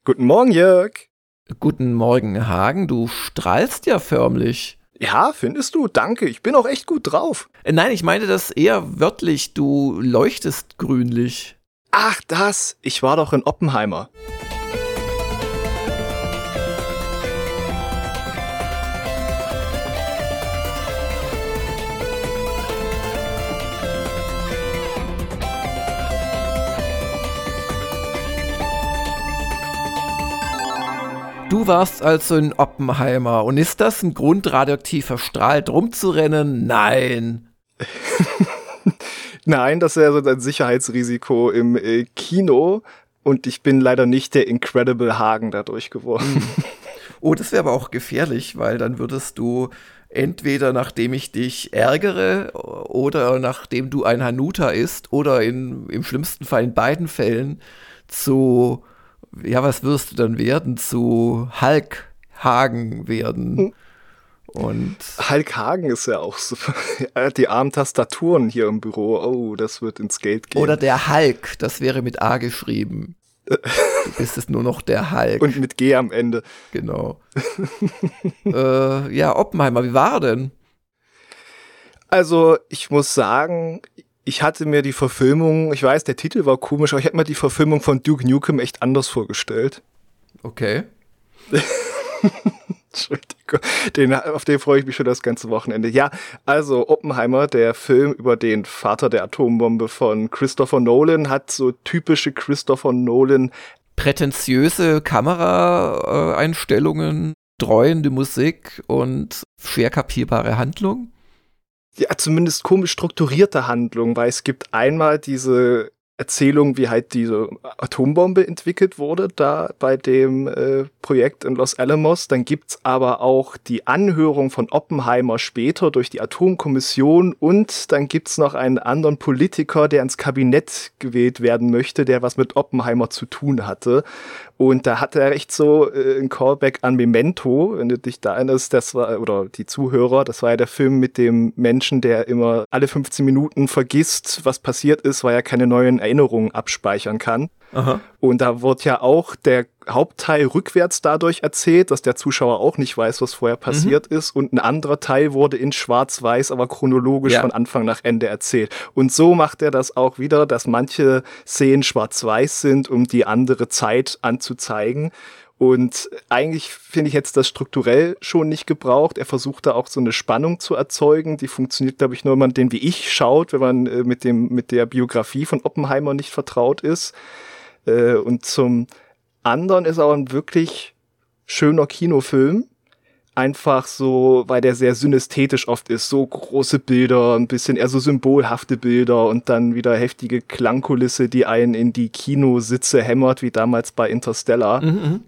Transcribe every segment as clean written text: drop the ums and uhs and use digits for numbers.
Guten Morgen, Jörg. Guten Morgen, Hagen. Du strahlst ja förmlich. Ja, findest du? Danke, ich bin auch echt gut drauf. Nein, ich meine das eher wörtlich. Du leuchtest grünlich. Ach, das. Ich war doch in Oppenheimer. Du warst also in Oppenheimer. Und ist das ein Grund, radioaktiv verstrahlt rumzurennen? Nein. Nein, das wäre so ein Sicherheitsrisiko im Kino. Und ich bin leider nicht der Incredible Hagen dadurch geworden. Oh, das wäre aber auch gefährlich, weil dann würdest du entweder, nachdem ich dich ärgere, oder nachdem du ein Hanuta isst, oder im schlimmsten Fall in beiden Fällen zu... Ja, was wirst du dann werden? Zu Hulk Hagen werden. Und Hulk Hagen ist ja auch super. Die armen Tastaturen hier im Büro. Oh, das wird ins Geld gehen. Oder der Hulk, das wäre mit A geschrieben. Du bist es nur noch der Hulk. Und mit G am Ende. Genau. Ja, Oppenheimer, wie war er denn? Also, ich muss sagen, ich hatte mir die Verfilmung, ich weiß, der Titel war komisch, aber ich hätte mir die Verfilmung von Duke Nukem echt anders vorgestellt. Okay. Entschuldigung, auf den freue ich mich schon das ganze Wochenende. Ja, also Oppenheimer, der Film über den Vater der Atombombe von Christopher Nolan, hat so typische Christopher Nolan prätentiöse Kameraeinstellungen, dreuende Musik und schwer kapierbare Handlung. Ja, zumindest komisch strukturierte Handlung, weil es gibt einmal diese Erzählung, wie halt diese Atombombe entwickelt wurde, da bei dem Projekt in Los Alamos. Dann gibt's aber auch die Anhörung von Oppenheimer später durch die Atomkommission und dann gibt's noch einen anderen Politiker, der ins Kabinett gewählt werden möchte, der was mit Oppenheimer zu tun hatte. Und da hat er echt so ein Callback an Memento, wenn du dich da erinnerst, das war, oder die Zuhörer, das war ja der Film mit dem Menschen, der immer alle 15 Minuten vergisst, was passiert ist, weil er keine neuen Erinnerungen abspeichern kann. Aha. Und da wird ja auch der Hauptteil rückwärts dadurch erzählt, dass der Zuschauer auch nicht weiß, was vorher passiert ist. Und ein anderer Teil wurde in schwarz-weiß, aber chronologisch von Anfang nach Ende erzählt. Und so macht er das auch wieder, dass manche Szenen schwarz-weiß sind, um die andere Zeit anzuzeigen. Und eigentlich finde ich jetzt das strukturell schon nicht gebraucht. Er versucht da auch so eine Spannung zu erzeugen. Die funktioniert, glaube ich, nur, wenn man den wie ich schaut, wenn man mit der Biografie von Oppenheimer nicht vertraut ist. Und zum anderen ist auch ein wirklich schöner Kinofilm. Einfach so, weil der sehr synästhetisch oft ist. So große Bilder, ein bisschen eher so symbolhafte Bilder und dann wieder heftige Klangkulisse, die einen in die Kinositze hämmert, wie damals bei Interstellar.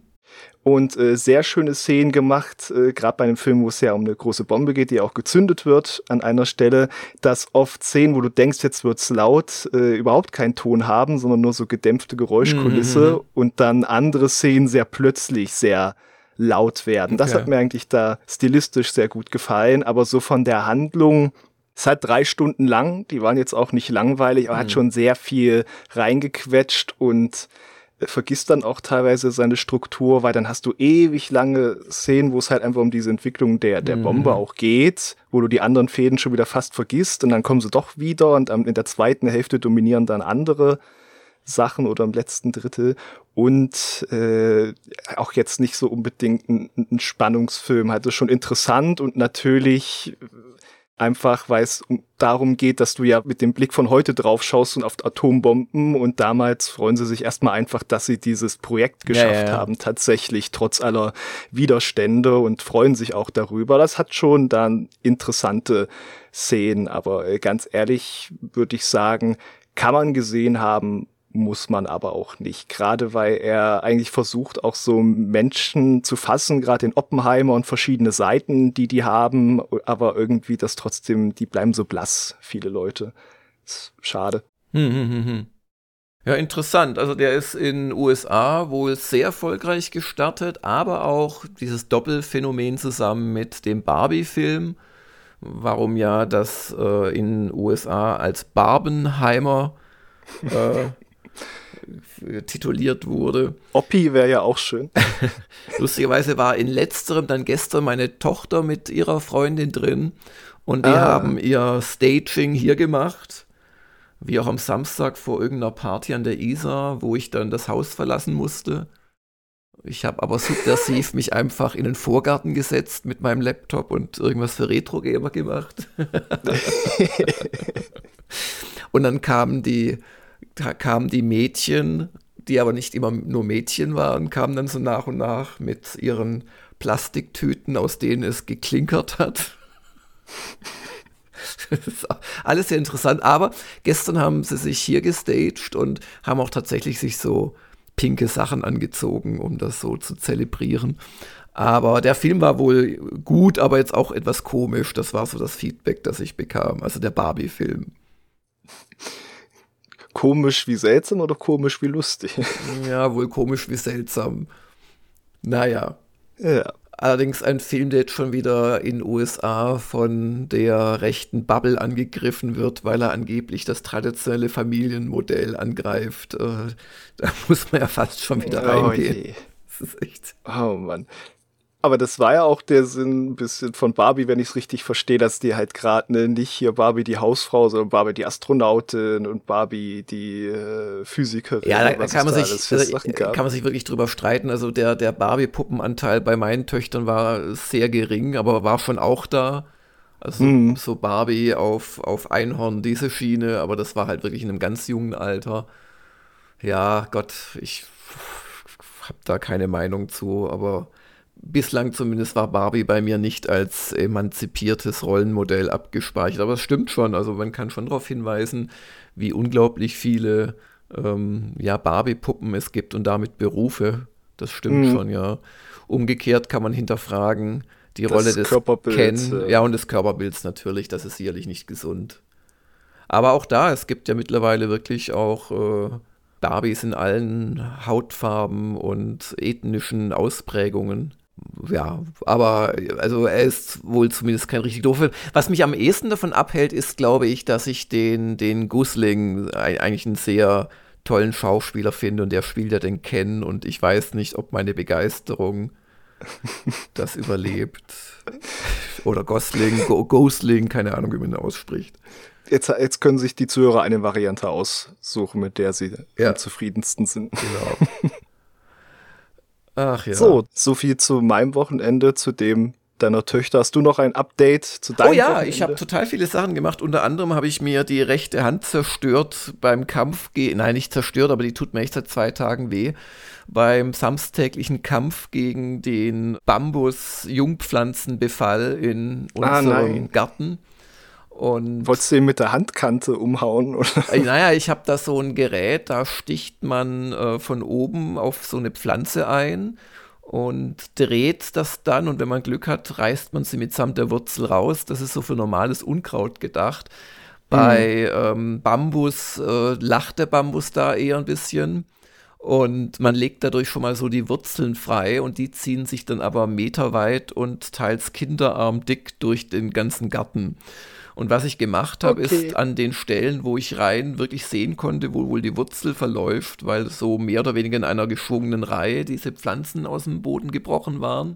Und sehr schöne Szenen gemacht, gerade bei einem Film, wo es ja um eine große Bombe geht, die auch gezündet wird an einer Stelle, dass oft Szenen, wo du denkst, jetzt wird's laut, überhaupt keinen Ton haben, sondern nur so gedämpfte Geräuschkulisse und dann andere Szenen sehr plötzlich sehr laut werden. Okay. Das hat mir eigentlich da stilistisch sehr gut gefallen, aber so von der Handlung, es hat 3 Stunden lang, die waren jetzt auch nicht langweilig, aber hat schon sehr viel reingequetscht und vergisst dann auch teilweise seine Struktur, weil dann hast du ewig lange Szenen, wo es halt einfach um diese Entwicklung der Bombe auch geht, wo du die anderen Fäden schon wieder fast vergisst und dann kommen sie doch wieder und in der zweiten Hälfte dominieren dann andere Sachen oder im letzten Drittel und auch jetzt nicht so unbedingt ein Spannungsfilm, halt das ist schon interessant und natürlich einfach, weil es darum geht, dass du ja mit dem Blick von heute drauf schaust und auf Atombomben und damals freuen sie sich erstmal einfach, dass sie dieses Projekt geschafft haben, tatsächlich, trotz aller Widerstände und freuen sich auch darüber. Das hat schon dann interessante Szenen, aber ganz ehrlich würde ich sagen, kann man gesehen haben, muss man aber auch nicht. Gerade weil er eigentlich versucht, auch so Menschen zu fassen, gerade in Oppenheimer und verschiedene Seiten, die haben, aber irgendwie das trotzdem, die bleiben so blass, viele Leute. Ist schade. Ja, interessant. Also der ist in den USA wohl sehr erfolgreich gestartet, aber auch dieses Doppelphänomen zusammen mit dem Barbie-Film, warum ja das in den USA als Barbenheimer tituliert wurde. Oppi wäre ja auch schön. Lustigerweise war in letzterem dann gestern meine Tochter mit ihrer Freundin drin und die haben ihr Staging hier gemacht, wie auch am Samstag vor irgendeiner Party an der Isar, wo ich dann das Haus verlassen musste. Ich habe aber subversiv mich einfach in den Vorgarten gesetzt mit meinem Laptop und irgendwas für Retro-Gamer gemacht. Und dann kamen die Mädchen, die aber nicht immer nur Mädchen waren, kamen dann so nach und nach mit ihren Plastiktüten, aus denen es geklinkert hat. Das ist alles sehr interessant, aber gestern haben sie sich hier gestaged und haben auch tatsächlich sich so pinke Sachen angezogen, um das so zu zelebrieren. Aber der Film war wohl gut, aber jetzt auch etwas komisch. Das war so das Feedback, das ich bekam. Also der Barbie-Film. Komisch wie seltsam oder komisch wie lustig? Ja, wohl komisch wie seltsam. Naja. Ja. Allerdings ein Film, der jetzt schon wieder in den USA von der rechten Bubble angegriffen wird, weil er angeblich das traditionelle Familienmodell angreift. Da muss man ja fast schon wieder reingehen. Je. Das ist echt. Oh Mann. Aber das war ja auch der Sinn ein bisschen von Barbie, wenn ich es richtig verstehe, dass die halt gerade nicht hier Barbie die Hausfrau, sondern Barbie die Astronautin und Barbie die Physikerin. Ja, da kann man sich wirklich drüber streiten. Also der Barbie-Puppenanteil bei meinen Töchtern war sehr gering, aber war schon auch da. Also so Barbie auf Einhorn, diese Schiene, aber das war halt wirklich in einem ganz jungen Alter. Ja, Gott, ich habe da keine Meinung zu, aber bislang zumindest war Barbie bei mir nicht als emanzipiertes Rollenmodell abgespeichert. Aber es stimmt schon, also man kann schon darauf hinweisen, wie unglaublich viele Barbie-Puppen es gibt und damit Berufe. Das stimmt schon, ja. Umgekehrt kann man hinterfragen, die Rolle des Ken, und des Körperbilds natürlich, das ist sicherlich nicht gesund. Aber auch da, es gibt ja mittlerweile wirklich auch Barbies in allen Hautfarben und ethnischen Ausprägungen. Ja, aber also er ist wohl zumindest kein richtig doofer Film. Was mich am ehesten davon abhält, ist, glaube ich, dass ich den Gosling eigentlich einen sehr tollen Schauspieler finde und der spielt ja den Ken und ich weiß nicht, ob meine Begeisterung das überlebt. Oder Gosling, keine Ahnung, wie man ihn ausspricht. Jetzt können sich die Zuhörer eine Variante aussuchen, mit der sie am zufriedensten sind. Genau. Ach ja. So viel zu meinem Wochenende, zu dem deiner Töchter. Hast du noch ein Update zu deinem Wochenende? Oh ja, ich habe total viele Sachen gemacht. Unter anderem habe ich mir die rechte Hand zerstört beim Kampf. Nein, nicht zerstört, aber die tut mir echt seit 2 Tagen weh. Beim samstäglichen Kampf gegen den Bambus-Jungpflanzenbefall in unserem Garten. Und wolltest du ihn mit der Handkante umhauen? Oder? Naja, ich habe da so ein Gerät, da sticht man von oben auf so eine Pflanze ein und dreht das dann und wenn man Glück hat, reißt man sie mitsamt der Wurzel raus. Das ist so für normales Unkraut gedacht. Bei Bambus lacht der Bambus da eher ein bisschen. Und man legt dadurch schon mal so die Wurzeln frei und die ziehen sich dann aber meterweit und teils kinderarmdick durch den ganzen Garten. Und was ich gemacht habe, ist an den Stellen, wo ich rein wirklich sehen konnte, wo wohl die Wurzel verläuft, weil so mehr oder weniger in einer geschwungenen Reihe diese Pflanzen aus dem Boden gebrochen waren,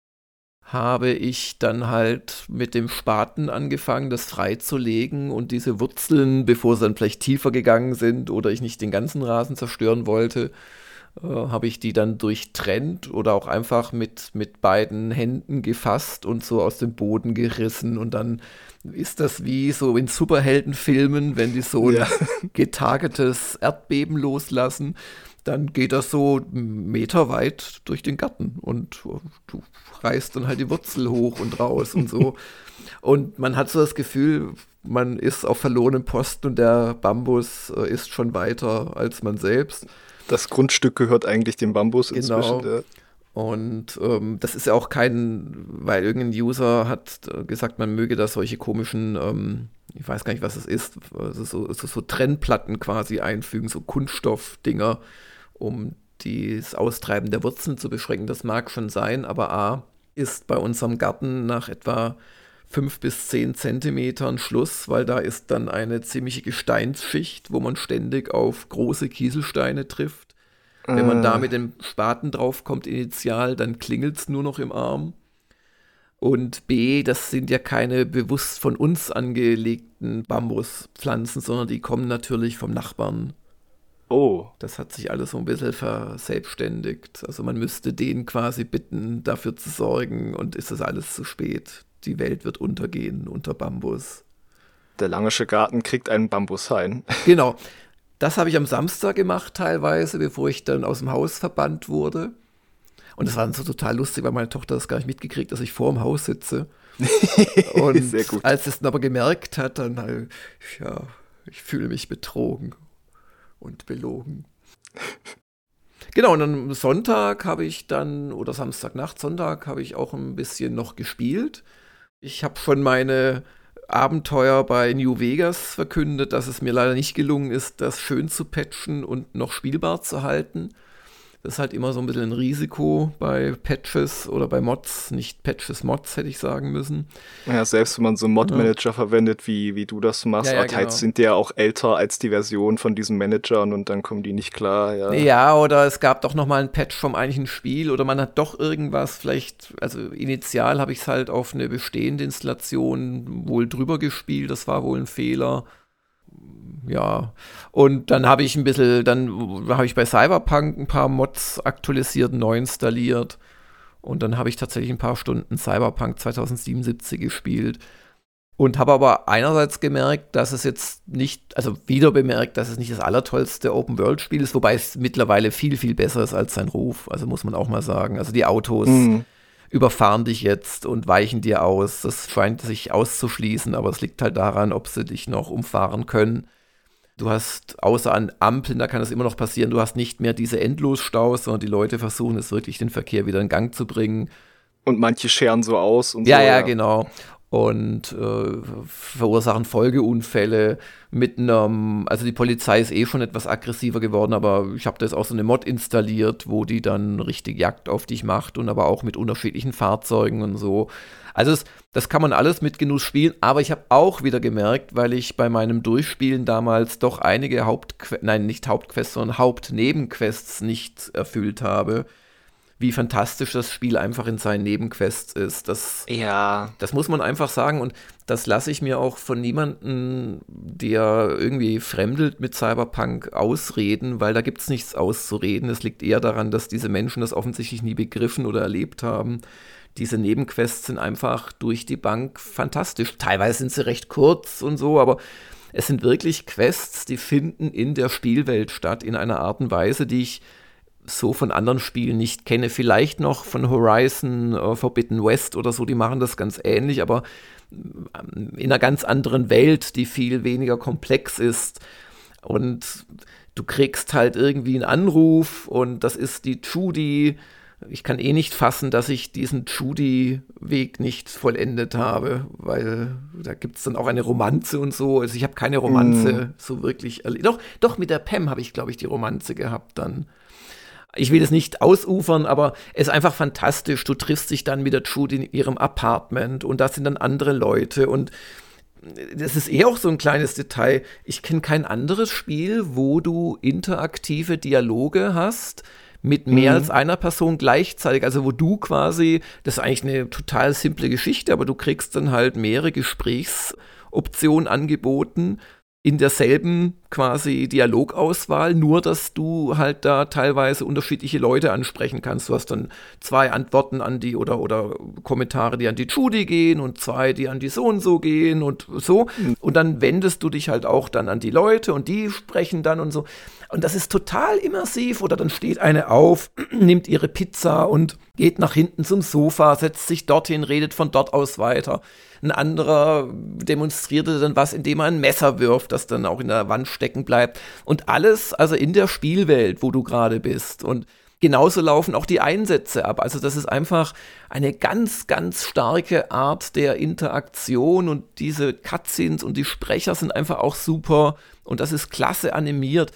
habe ich dann halt mit dem Spaten angefangen, das freizulegen und diese Wurzeln, bevor sie dann vielleicht tiefer gegangen sind oder ich nicht den ganzen Rasen zerstören wollte, habe ich die dann durchtrennt oder auch einfach mit beiden Händen gefasst und so aus dem Boden gerissen und dann ist das wie so in Superheldenfilmen, wenn die so ein getargetes Erdbeben loslassen, dann geht das so meterweit durch den Garten und du reißt dann halt die Wurzel hoch und raus und so. Und man hat so das Gefühl, man ist auf verlorenem Posten und der Bambus ist schon weiter als man selbst. Das Grundstück gehört eigentlich dem Bambus inzwischen. Genau. Und das ist ja auch weil irgendein User hat gesagt, man möge da solche komischen, ich weiß gar nicht, was es ist, also so Trennplatten quasi einfügen, so Kunststoffdinger, um das Austreiben der Wurzeln zu beschränken. Das mag schon sein, aber A ist bei unserem Garten nach etwa 5 bis 10 Zentimetern Schluss, weil da ist dann eine ziemliche Gesteinsschicht, wo man ständig auf große Kieselsteine trifft. Wenn man da mit dem Spaten draufkommt initial, dann klingelt es nur noch im Arm. Und B, das sind ja keine bewusst von uns angelegten Bambuspflanzen, sondern die kommen natürlich vom Nachbarn. Oh. Das hat sich alles so ein bisschen verselbstständigt. Also man müsste den quasi bitten, dafür zu sorgen, und ist das alles zu spät. Die Welt wird untergehen unter Bambus. Der Langesche Garten kriegt einen Bambushain. Genau. Das habe ich am Samstag gemacht teilweise, bevor ich dann aus dem Haus verbannt wurde. Und das war dann so total lustig, weil meine Tochter das gar nicht mitgekriegt, dass ich vor dem Haus sitze. Und sehr gut. als sie es dann aber gemerkt hat, dann, ja, ich fühle mich betrogen und belogen. Genau, und am Sonntag habe ich dann, oder Samstagnacht, Sonntag, habe ich auch ein bisschen noch gespielt. Ich habe schon meine Abenteuer bei New Vegas verkündet, dass es mir leider nicht gelungen ist, das schön zu patchen und noch spielbar zu halten. Das ist halt immer so ein bisschen ein Risiko bei Patches oder bei Mods, nicht Patches, Mods hätte ich sagen müssen. Ja, selbst wenn man so einen Mod-Manager verwendet, wie du das machst, genau. sind ja auch älter als die Version von diesen Managern und dann kommen die nicht klar. Ja, oder es gab doch noch mal ein Patch vom eigentlichen Spiel oder man hat doch irgendwas, vielleicht, also initial habe ich es halt auf eine bestehende Installation wohl drüber gespielt, das war wohl ein Fehler. Ja, und dann habe ich bei Cyberpunk ein paar Mods aktualisiert, neu installiert, und dann habe ich tatsächlich ein paar Stunden Cyberpunk 2077 gespielt und habe aber einerseits gemerkt, dass es jetzt nicht, also wieder bemerkt, dass es nicht das allertollste Open-World-Spiel ist, wobei es mittlerweile viel, viel besser ist als sein Ruf, also muss man auch mal sagen, also die Autos überfahren dich jetzt und weichen dir aus, das scheint sich auszuschließen, aber es liegt halt daran, ob sie dich noch umfahren können. Du hast, außer an Ampeln, da kann es immer noch passieren, du hast nicht mehr diese Endlosstaus, sondern die Leute versuchen es wirklich, den Verkehr wieder in Gang zu bringen. Und manche scheren so aus und ja, so. Ja, genau. Und verursachen Folgeunfälle mit also die Polizei ist eh schon etwas aggressiver geworden, aber ich habe da jetzt auch so eine Mod installiert, wo die dann richtig Jagd auf dich macht und aber auch mit unterschiedlichen Fahrzeugen und so. Also das kann man alles mit Genuss spielen, aber ich habe auch wieder gemerkt, weil ich bei meinem Durchspielen damals doch einige Hauptnebenquests nicht erfüllt habe, wie fantastisch das Spiel einfach in seinen Nebenquests ist. Das muss man einfach sagen, und das lasse ich mir auch von niemandem, der irgendwie fremdelt mit Cyberpunk, ausreden, weil da gibt es nichts auszureden. Es liegt eher daran, dass diese Menschen das offensichtlich nie begriffen oder erlebt haben. Diese Nebenquests sind einfach durch die Bank fantastisch. Teilweise sind sie recht kurz und so, aber es sind wirklich Quests, die finden in der Spielwelt statt, in einer Art und Weise, die ich so von anderen Spielen nicht kenne. Vielleicht noch von Horizon Forbidden West oder so, die machen das ganz ähnlich, aber in einer ganz anderen Welt, die viel weniger komplex ist. Und du kriegst halt irgendwie einen Anruf und das ist die Judy. Ich kann eh nicht fassen, dass ich diesen Judy-Weg nicht vollendet habe, weil da gibt es dann auch eine Romanze und so. Also ich habe keine Romanze so wirklich erlebt. Doch, mit der Pam habe ich, glaube ich, die Romanze gehabt dann. Ich will es nicht ausufern, aber es ist einfach fantastisch. Du triffst dich dann mit der Judy in ihrem Apartment und da sind dann andere Leute und das ist eh auch so ein kleines Detail. Ich kenne kein anderes Spiel, wo du interaktive Dialoge hast mit mehr als einer Person gleichzeitig. Also wo du quasi, das ist eigentlich eine total simple Geschichte, aber du kriegst dann halt mehrere Gesprächsoptionen angeboten in derselben quasi Dialogauswahl, nur dass du halt da teilweise unterschiedliche Leute ansprechen kannst. Du hast dann 2 Antworten an die oder Kommentare, die an die Judy gehen und 2, die an die so und so gehen und so. Und dann wendest du dich halt auch dann an die Leute und die sprechen dann und so. Und das ist total immersiv. Oder dann steht eine auf, nimmt ihre Pizza und geht nach hinten zum Sofa, setzt sich dorthin, redet von dort aus weiter. Ein anderer demonstrierte dann was, indem er ein Messer wirft, das dann auch in der Wand stecken bleibt. Und alles, also in der Spielwelt, wo du gerade bist. Und genauso laufen auch die Einsätze ab. Also das ist einfach eine ganz, ganz starke Art der Interaktion. Und diese Cutscenes und die Sprecher sind einfach auch super. Und das ist klasse animiert.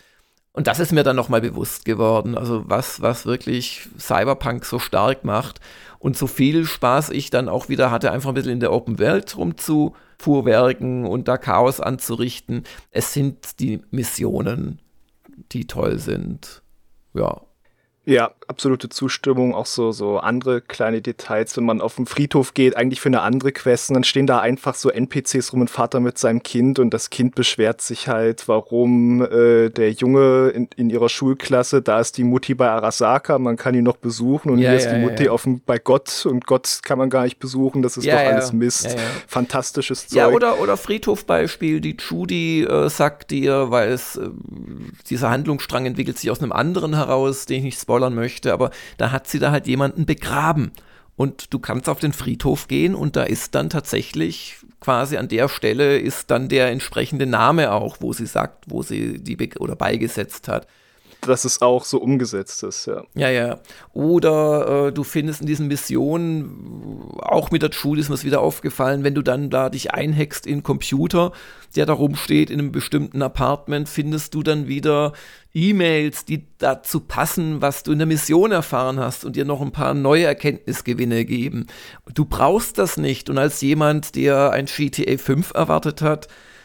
Und das ist mir dann nochmal bewusst geworden, also was wirklich Cyberpunk so stark macht und so viel Spaß ich dann auch wieder hatte, einfach ein bisschen in der Open Welt rumzufuhrwerken und da Chaos anzurichten. Es sind die Missionen, die toll sind. Ja. Ja, absolute Zustimmung, auch so andere kleine Details, wenn man auf den Friedhof geht, eigentlich für eine andere Quest, und dann stehen da einfach so NPCs rum, ein Vater mit seinem Kind, und das Kind beschwert sich halt, warum der Junge in ihrer Schulklasse, da ist die Mutti bei Arasaka, man kann ihn noch besuchen, und hier ist die Mutti bei Gott, und Gott kann man gar nicht besuchen, das ist doch alles Mist. Ja. Fantastisches Zeug. Ja, oder Friedhofbeispiel, die Judy sagt dir, weil dieser Handlungsstrang entwickelt sich aus einem anderen heraus, den ich nicht spoilern möchte, aber da hat sie da halt jemanden begraben und du kannst auf den Friedhof gehen und da ist dann tatsächlich quasi an der Stelle ist dann der entsprechende Name auch, wo sie sagt, wo sie die oder beigesetzt hat. Dass es auch so umgesetzt ist, ja. Ja. Oder du findest in diesen Missionen, auch mit der Judy ist mir es wieder aufgefallen, wenn du dann da dich einhackst in einen Computer, der da rumsteht in einem bestimmten Apartment, findest du dann wieder E-Mails, die dazu passen, was du in der Mission erfahren hast und dir noch ein paar neue Erkenntnisgewinne geben. Du brauchst das nicht. Und als jemand, der ein GTA 5 erwartet hat,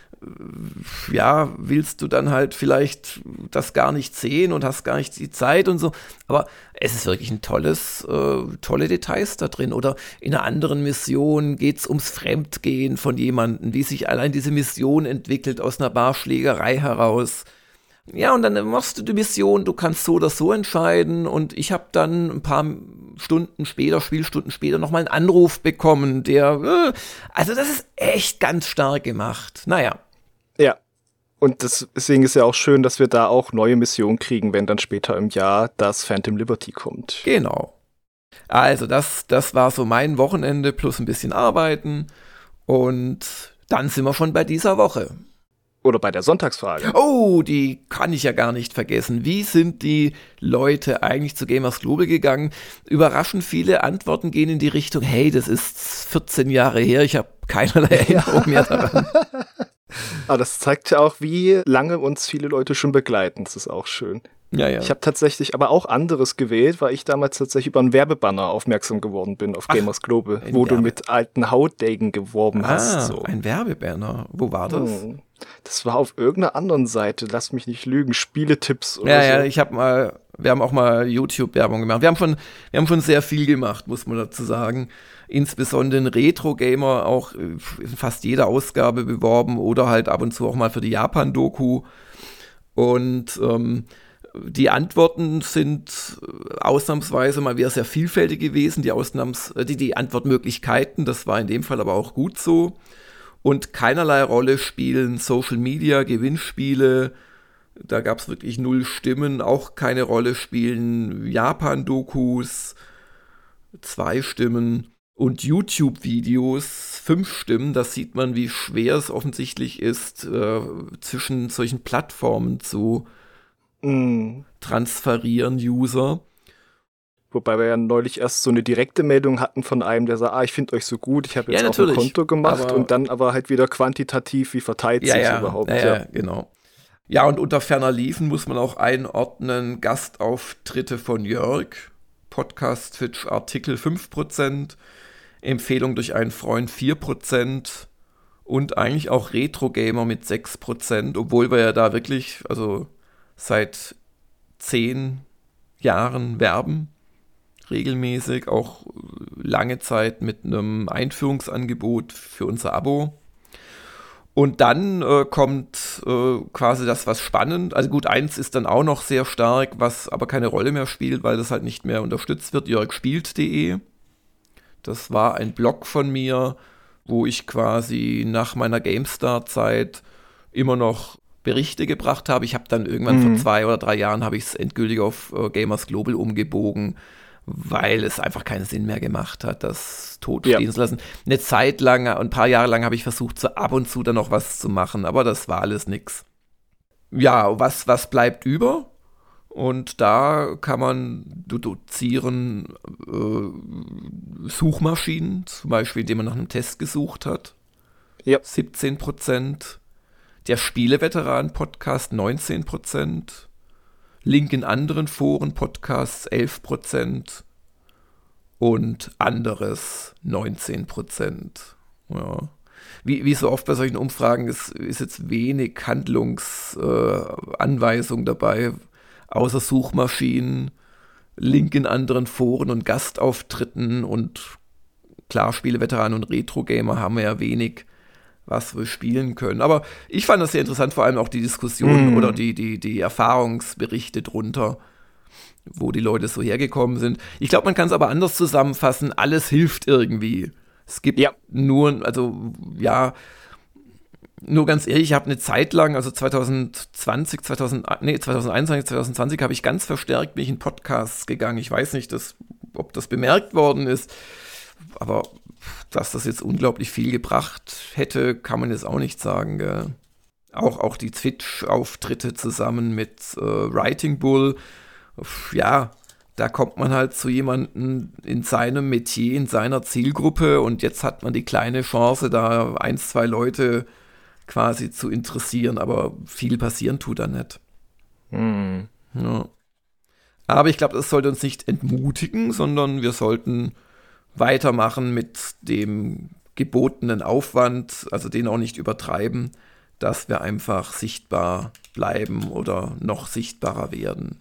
ja, willst du dann halt vielleicht das gar nicht sehen und hast gar nicht die Zeit und so. Aber es ist wirklich ein tolle Details da drin. Oder in einer anderen Mission geht es ums Fremdgehen von jemandem, wie sich allein diese Mission entwickelt aus einer Barschlägerei heraus. Ja, und dann machst du die Mission, du kannst so oder so entscheiden und ich habe dann ein paar Spielstunden später nochmal einen Anruf bekommen, also das ist echt ganz stark gemacht. Naja. Ja, und deswegen ist ja auch schön, dass wir da auch neue Missionen kriegen, wenn dann später im Jahr das Phantom Liberty kommt. Genau. Also das war so mein Wochenende plus ein bisschen Arbeiten und dann sind wir schon bei dieser Woche. Oder bei der Sonntagsfrage. Oh, die kann ich ja gar nicht vergessen. Wie sind die Leute eigentlich zu Gamers Global gegangen? Überraschend viele Antworten gehen in die Richtung, hey, das ist 14 Jahre her, ich habe keinerlei Erinnerung mehr daran. Aber das zeigt ja auch, wie lange uns viele Leute schon begleiten. Das ist auch schön. Ja. Ich habe tatsächlich aber auch anderes gewählt, weil ich damals tatsächlich über einen Werbebanner aufmerksam geworden bin auf Gamers Global, wo du mit alten Hautdegen geworben hast. So. Ein Werbebanner. Wo war das? Das war auf irgendeiner anderen Seite, lass mich nicht lügen, Spieletipps oder so. Ja, wir haben auch mal YouTube-Werbung gemacht. Wir haben schon sehr viel gemacht, muss man dazu sagen. Insbesondere ein Retro-Gamer auch in fast jeder Ausgabe beworben oder halt ab und zu auch mal für die Japan-Doku. Und die Antworten sind ausnahmsweise mal wieder sehr vielfältig gewesen, die Antwortmöglichkeiten, das war in dem Fall aber auch gut so. Und keinerlei Rolle spielen Social Media, Gewinnspiele, da gab es wirklich 0 Stimmen, auch keine Rolle spielen Japan-Dokus, 2 Stimmen und YouTube-Videos, 5 Stimmen. Das sieht man, wie schwer es offensichtlich ist, zwischen solchen Plattformen zu transferieren, User. Wobei wir ja neulich erst so eine direkte Meldung hatten von einem, der sagt, ich finde euch so gut, ich habe jetzt auch ein Konto gemacht und dann aber halt wieder quantitativ, wie verteilt sich überhaupt. Ja, genau. Ja, und unter ferner Liefen muss man auch einordnen, Gastauftritte von Jörg, Podcast Twitch Artikel 5%, Empfehlung durch einen Freund 4% und eigentlich auch Retro-Gamer mit 6%, obwohl wir ja da wirklich, also seit 10 Jahren werben, regelmäßig, auch lange Zeit mit einem Einführungsangebot für unser Abo. Und dann kommt quasi das, was spannend, also gut, 1 ist dann auch noch sehr stark, was aber keine Rolle mehr spielt, weil das halt nicht mehr unterstützt wird, jörgspielt.de. Das war ein Blog von mir, wo ich quasi nach meiner GameStar-Zeit immer noch Berichte gebracht habe. Ich habe dann irgendwann vor 2 oder 3 Jahren habe ich es endgültig auf Gamers Global umgebogen, weil es einfach keinen Sinn mehr gemacht hat, das tot stehen zu lassen. Eine Zeit lang, ein paar Jahre lang habe ich versucht, so ab und zu dann noch was zu machen, aber das war alles nix. Ja, was bleibt über? Und da kann man dozieren Suchmaschinen, zum Beispiel, indem man nach einem Test gesucht hat. 17%. Der Spieleveteran-Podcast 19%. Link in anderen Foren, Podcasts 11% und anderes 19%. Ja. Wie so oft bei solchen Umfragen ist jetzt wenig Handlungsanweisung dabei, außer Suchmaschinen, Link in anderen Foren und Gastauftritten und klar, Spieleveteranen und Retro-Gamer haben ja wenig, was wir spielen können. Aber ich fand das sehr interessant, vor allem auch die Diskussion oder die Erfahrungsberichte drunter, wo die Leute so hergekommen sind. Ich glaube, man kann es aber anders zusammenfassen, alles hilft irgendwie. Es gibt nur ganz ehrlich, ich habe eine Zeit lang, also 2021, 2020 habe ich ganz verstärkt mich in Podcasts gegangen. Ich weiß nicht, ob das bemerkt worden ist, aber dass das jetzt unglaublich viel gebracht hätte, kann man jetzt auch nicht sagen. Gell? Auch die Twitch-Auftritte zusammen mit Writing Bull, ja, da kommt man halt zu jemandem in seinem Metier, in seiner Zielgruppe und jetzt hat man die kleine Chance, da 1, 2 Leute quasi zu interessieren, aber viel passieren tut da nicht. Ja. Aber ich glaube, das sollte uns nicht entmutigen, sondern wir sollten weitermachen mit dem gebotenen Aufwand, also den auch nicht übertreiben, dass wir einfach sichtbar bleiben oder noch sichtbarer werden.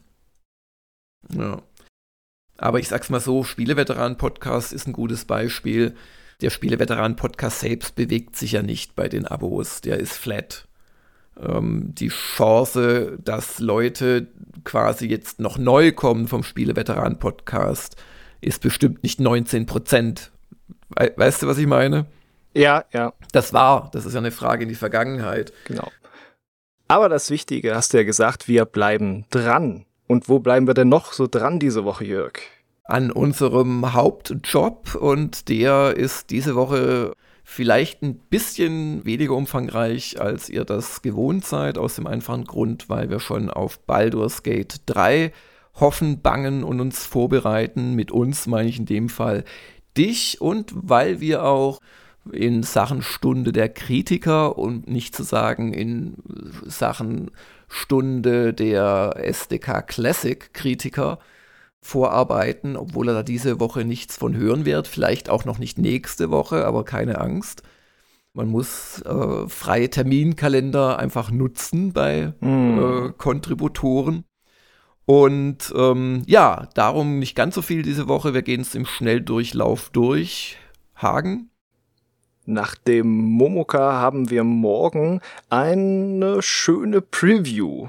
Ja. Aber ich sag's mal so, Spieleveteranen-Podcast ist ein gutes Beispiel. Der Spieleveteranen-Podcast selbst bewegt sich ja nicht bei den Abos, der ist flat. Die Chance, dass Leute quasi jetzt noch neu kommen vom Spieleveteranen-Podcast, ist bestimmt nicht 19%. Weißt du, was ich meine? Ja. Das ist ja eine Frage in die Vergangenheit. Genau. Aber das Wichtige, hast du ja gesagt, wir bleiben dran. Und wo bleiben wir denn noch so dran diese Woche, Jörg? An unserem Hauptjob und der ist diese Woche vielleicht ein bisschen weniger umfangreich, als ihr das gewohnt seid, aus dem einfachen Grund, weil wir schon auf Baldur's Gate 3 hoffen, bangen und uns vorbereiten. Mit uns meine ich in dem Fall dich und weil wir auch in Sachen Stunde der Kritiker und nicht zu sagen in Sachen Stunde der SDK Classic Kritiker vorarbeiten, obwohl er da diese Woche nichts von hören wird, vielleicht auch noch nicht nächste Woche, aber keine Angst. Man muss freie Terminkalender einfach nutzen bei Kontributoren. Und darum nicht ganz so viel diese Woche. Wir gehen es im Schnelldurchlauf durch. Hagen? Nach dem Momoka haben wir morgen eine schöne Preview.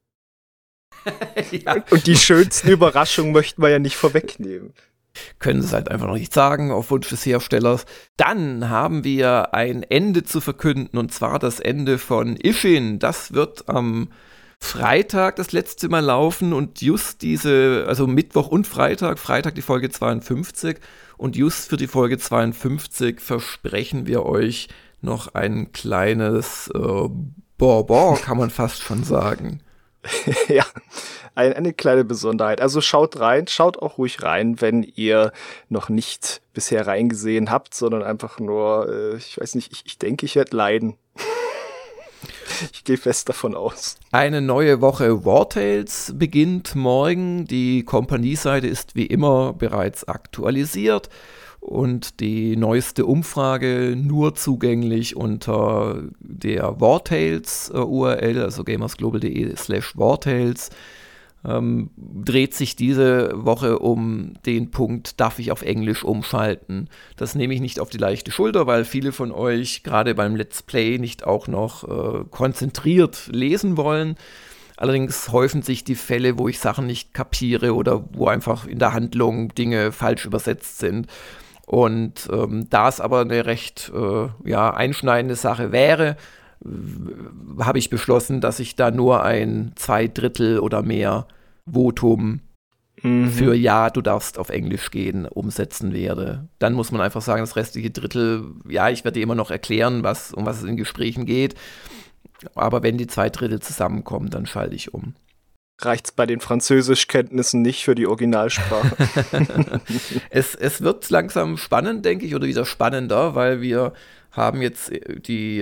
Ja. Und die schönsten Überraschungen möchten wir ja nicht vorwegnehmen. Können sie es halt einfach noch nicht sagen, auf Wunsch des Herstellers. Dann haben wir ein Ende zu verkünden, und zwar das Ende von Ishin. Das wird am Freitag das letzte Mal laufen und just also Mittwoch und Freitag die Folge 52 und just für die Folge 52 versprechen wir euch noch ein kleines Bonbon, kann man fast schon sagen. Ja, eine kleine Besonderheit. Also schaut auch ruhig rein, wenn ihr noch nicht bisher reingesehen habt, sondern einfach nur, ich weiß nicht, ich denke, ich werde leiden. Ich gehe fest davon aus. Eine neue Woche War Tales beginnt morgen. Die Kompanieseite ist wie immer bereits aktualisiert und die neueste Umfrage nur zugänglich unter der War Tales URL, also gamersglobal.de/wartales. Dreht sich diese Woche um den Punkt, darf ich auf Englisch umschalten? Das nehme ich nicht auf die leichte Schulter, weil viele von euch gerade beim Let's Play nicht auch noch konzentriert lesen wollen. Allerdings häufen sich die Fälle, wo ich Sachen nicht kapiere oder wo einfach in der Handlung Dinge falsch übersetzt sind. Und da es aber eine recht einschneidende Sache wäre, habe ich beschlossen, dass ich da nur ein 2/3 oder mehr Votum für ja, du darfst auf Englisch gehen, umsetzen werde. Dann muss man einfach sagen, das restliche Drittel, ja, ich werde immer noch erklären, um was es in Gesprächen geht. Aber wenn die 2/3 zusammenkommen, dann schalte ich um. reicht's bei den Französischkenntnissen nicht für die Originalsprache. Es wird langsam spannend, denke ich, oder wieder spannender, weil wir haben jetzt die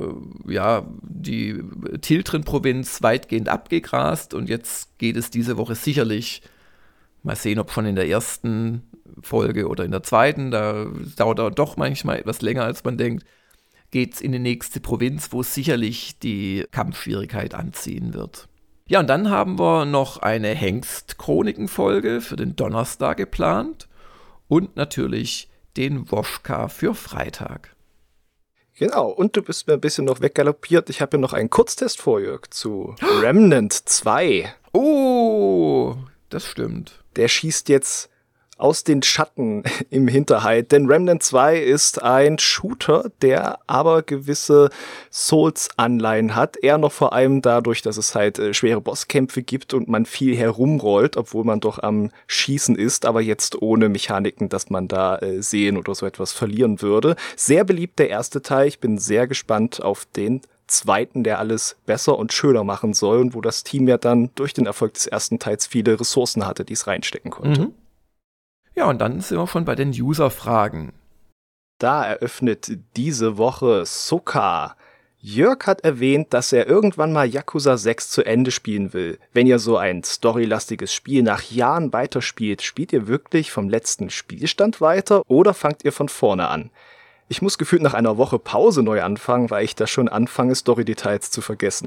Tiltren-Provinz weitgehend abgegrast und jetzt geht es diese Woche sicherlich, mal sehen, ob schon in der ersten Folge oder in der zweiten, da dauert er doch manchmal etwas länger, als man denkt, geht es in die nächste Provinz, wo sicherlich die Kampfschwierigkeit anziehen wird. Ja, und dann haben wir noch eine Hengst-Chroniken-Folge für den Donnerstag geplant und natürlich den Woschka für Freitag. Genau, und du bist mir ein bisschen noch weggaloppiert. Ich habe ja noch einen Kurztest vor, Jörg, zu Remnant 2. Oh, das stimmt. Der schießt jetzt aus den Schatten im Hinterhalt, denn Remnant 2 ist ein Shooter, der aber gewisse Souls-Anleihen hat. Eher noch vor allem dadurch, dass es halt schwere Bosskämpfe gibt und man viel herumrollt, obwohl man doch am Schießen ist, aber jetzt ohne Mechaniken, dass man da sehen oder so etwas verlieren würde. Sehr beliebt der erste Teil. Ich bin sehr gespannt auf den zweiten, der alles besser und schöner machen soll und wo das Team ja dann durch den Erfolg des ersten Teils viele Ressourcen hatte, die es reinstecken konnte. Mhm. Ja, und dann sind wir schon bei den User-Fragen. Da eröffnet diese Woche Soka. Jörg hat erwähnt, dass er irgendwann mal Yakuza 6 zu Ende spielen will. Wenn ihr so ein storylastiges Spiel nach Jahren weiterspielt, spielt ihr wirklich vom letzten Spielstand weiter oder fangt ihr von vorne an? Ich muss gefühlt nach einer Woche Pause neu anfangen, weil ich da schon anfange, Story-Details zu vergessen.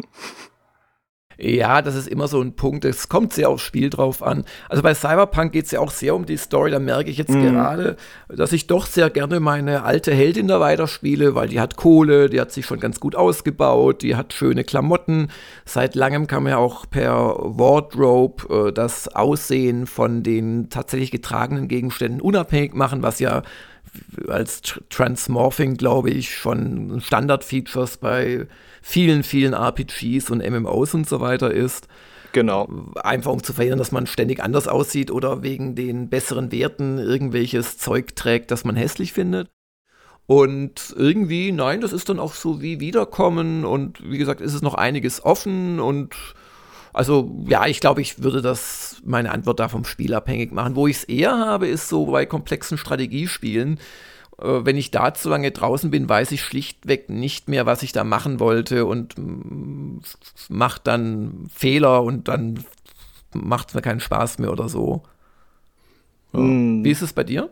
Ja, das ist immer so ein Punkt, es kommt sehr aufs Spiel drauf an. Also bei Cyberpunk geht es ja auch sehr um die Story, da merke ich jetzt gerade, dass ich doch sehr gerne meine alte Heldin da weiterspiele, weil die hat Kohle, die hat sich schon ganz gut ausgebaut, die hat schöne Klamotten. Seit langem kann man ja auch per Wardrobe das Aussehen von den tatsächlich getragenen Gegenständen unabhängig machen, was ja als Transmorphing, glaube ich, schon Standard-Features bei vielen, vielen RPGs und MMOs und so weiter ist. Genau. Einfach um zu verhindern, dass man ständig anders aussieht oder wegen den besseren Werten irgendwelches Zeug trägt, das man hässlich findet. Und irgendwie, nein, das ist dann auch so wie Wiederkommen und wie gesagt, ist es noch einiges offen und also ja, ich glaube, ich würde das meine Antwort da vom Spiel abhängig machen. Wo ich es eher habe, ist so bei komplexen Strategiespielen. Wenn ich da zu lange draußen bin, weiß ich schlichtweg nicht mehr, was ich da machen wollte und mache dann Fehler und dann macht es mir keinen Spaß mehr oder so. Ja. Wie ist es bei dir?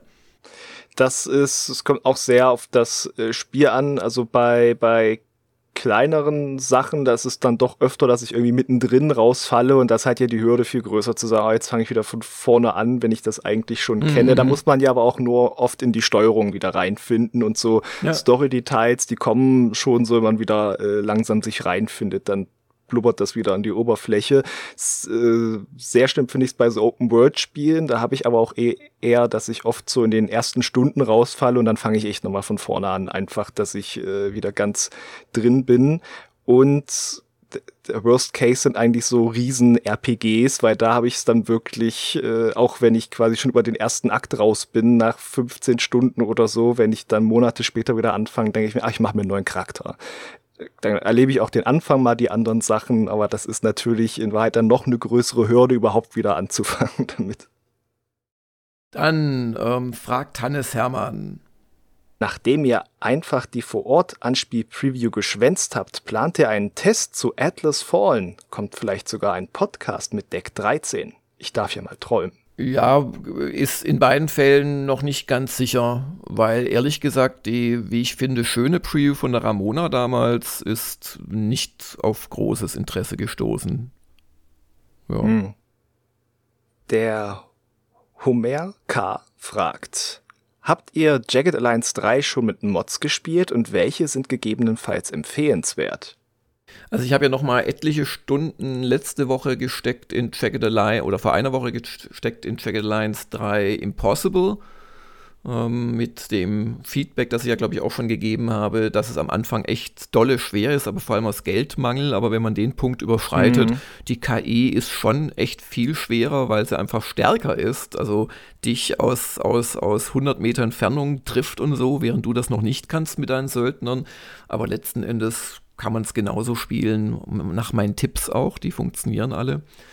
Es kommt auch sehr auf das Spiel an. Also bei kleineren Sachen, das ist dann doch öfter, dass ich irgendwie mittendrin rausfalle und das hat ja die Hürde viel größer zu sagen, jetzt fange ich wieder von vorne an, wenn ich das eigentlich schon kenne. Da muss man ja aber auch nur oft in die Steuerung wieder reinfinden und so Story-Details, die kommen schon so, wenn man wieder langsam sich reinfindet, dann blubbert das wieder an die Oberfläche. Sehr schlimm finde ich es bei so Open-World-Spielen. Da habe ich aber auch eher, dass ich oft so in den ersten Stunden rausfalle und dann fange ich echt nochmal von vorne an. Einfach, dass ich wieder ganz drin bin. Und der Worst Case sind eigentlich so Riesen-RPGs, weil da habe ich es dann wirklich, auch wenn ich quasi schon über den ersten Akt raus bin, nach 15 Stunden oder so, wenn ich dann Monate später wieder anfange, denke ich mir, ich mache mir einen neuen Charakter. Dann erlebe ich auch den Anfang mal, die anderen Sachen, aber das ist natürlich in Wahrheit dann noch eine größere Hürde, überhaupt wieder anzufangen damit. Dann fragt Hannes Hermann. Nachdem ihr einfach die Vor-Ort-Anspiel-Preview geschwänzt habt, plant ihr einen Test zu Atlas Fallen. Kommt vielleicht sogar ein Podcast mit Deck 13. Ich darf ja mal träumen. Ja, ist in beiden Fällen noch nicht ganz sicher, weil ehrlich gesagt die, wie ich finde, schöne Preview von der Ramona damals ist nicht auf großes Interesse gestoßen. Ja. Der Homer K. fragt: Habt ihr Jagged Alliance 3 schon mit Mods gespielt und welche sind gegebenenfalls empfehlenswert? Also ich habe ja noch mal etliche Stunden letzte Woche gesteckt in Jagged Alliance oder vor einer Woche gesteckt in Jagged Alliance 3 Impossible mit dem Feedback, das ich ja glaube ich auch schon gegeben habe, dass es am Anfang echt dolle schwer ist, aber vor allem aus Geldmangel, aber wenn man den Punkt überschreitet, die KI ist schon echt viel schwerer, weil sie einfach stärker ist, also dich aus 100 Meter Entfernung trifft und so, während du das noch nicht kannst mit deinen Söldnern, aber letzten Endes kann man es genauso spielen, nach meinen Tipps auch, die funktionieren alle.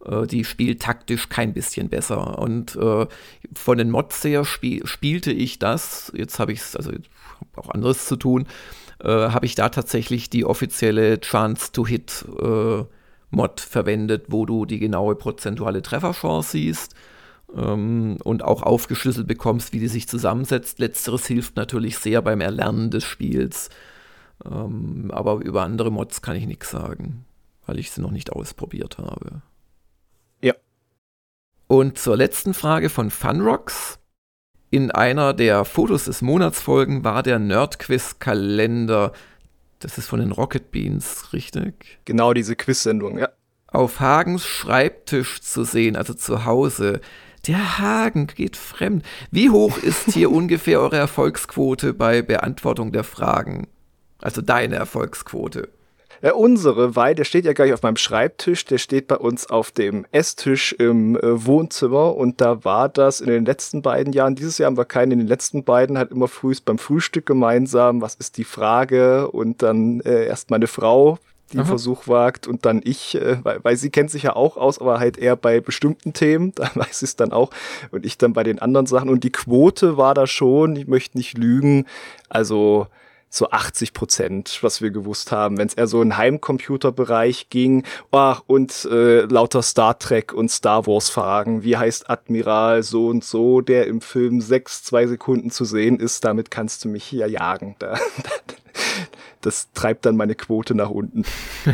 die spielt taktisch kein bisschen besser. Und von den Mods her spielte ich das, jetzt habe ich auch anderes zu tun, habe ich da tatsächlich die offizielle Chance to Hit Mod verwendet, wo du die genaue prozentuale Trefferchance siehst und auch aufgeschlüsselt bekommst, wie die sich zusammensetzt. Letzteres hilft natürlich sehr beim Erlernen des Spiels. Aber über andere Mods kann ich nichts sagen, weil ich sie noch nicht ausprobiert habe. Ja. Und zur letzten Frage von Funrocks. In einer der Fotos des Monatsfolgen war der Nerdquiz-Kalender, das ist von den Rocket Beans, richtig? Genau, diese Quiz-Sendung, ja. Auf Hagens Schreibtisch zu sehen, also zu Hause. Der Hagen geht fremd. Wie hoch ist hier ungefähr eure Erfolgsquote bei Beantwortung der Fragen? Also deine Erfolgsquote. Ja, unsere, weil der steht ja gar nicht auf meinem Schreibtisch, der steht bei uns auf dem Esstisch im Wohnzimmer und da war das in den letzten beiden Jahren, dieses Jahr haben wir keinen, in den letzten beiden halt immer frühst beim Frühstück gemeinsam, was ist die Frage und dann erst meine Frau, die einen Versuch wagt und dann ich, weil sie kennt sich ja auch aus, aber halt eher bei bestimmten Themen, da weiß sie es dann auch und ich dann bei den anderen Sachen und die Quote war da schon, ich möchte nicht lügen, also so 80%, was wir gewusst haben, wenn es eher so in Heimcomputerbereich ging. Und lauter Star Trek und Star Wars Fragen. Wie heißt Admiral so und so, der im Film 2 Sekunden zu sehen ist? Damit kannst du mich hier jagen. Das treibt dann meine Quote nach unten.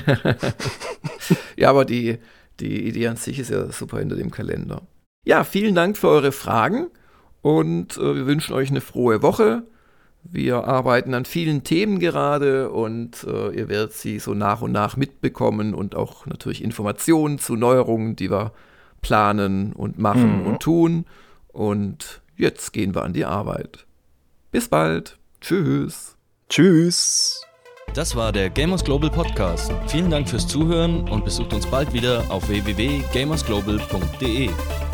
Ja, aber die Idee an sich ist ja super hinter dem Kalender. Ja, vielen Dank für eure Fragen und wir wünschen euch eine frohe Woche. Wir arbeiten an vielen Themen gerade und ihr werdet sie so nach und nach mitbekommen und auch natürlich Informationen zu Neuerungen, die wir planen und machen und tun. Und jetzt gehen wir an die Arbeit. Bis bald. Tschüss. Tschüss. Das war der Gamers Global Podcast. Vielen Dank fürs Zuhören und besucht uns bald wieder auf www.gamersglobal.de.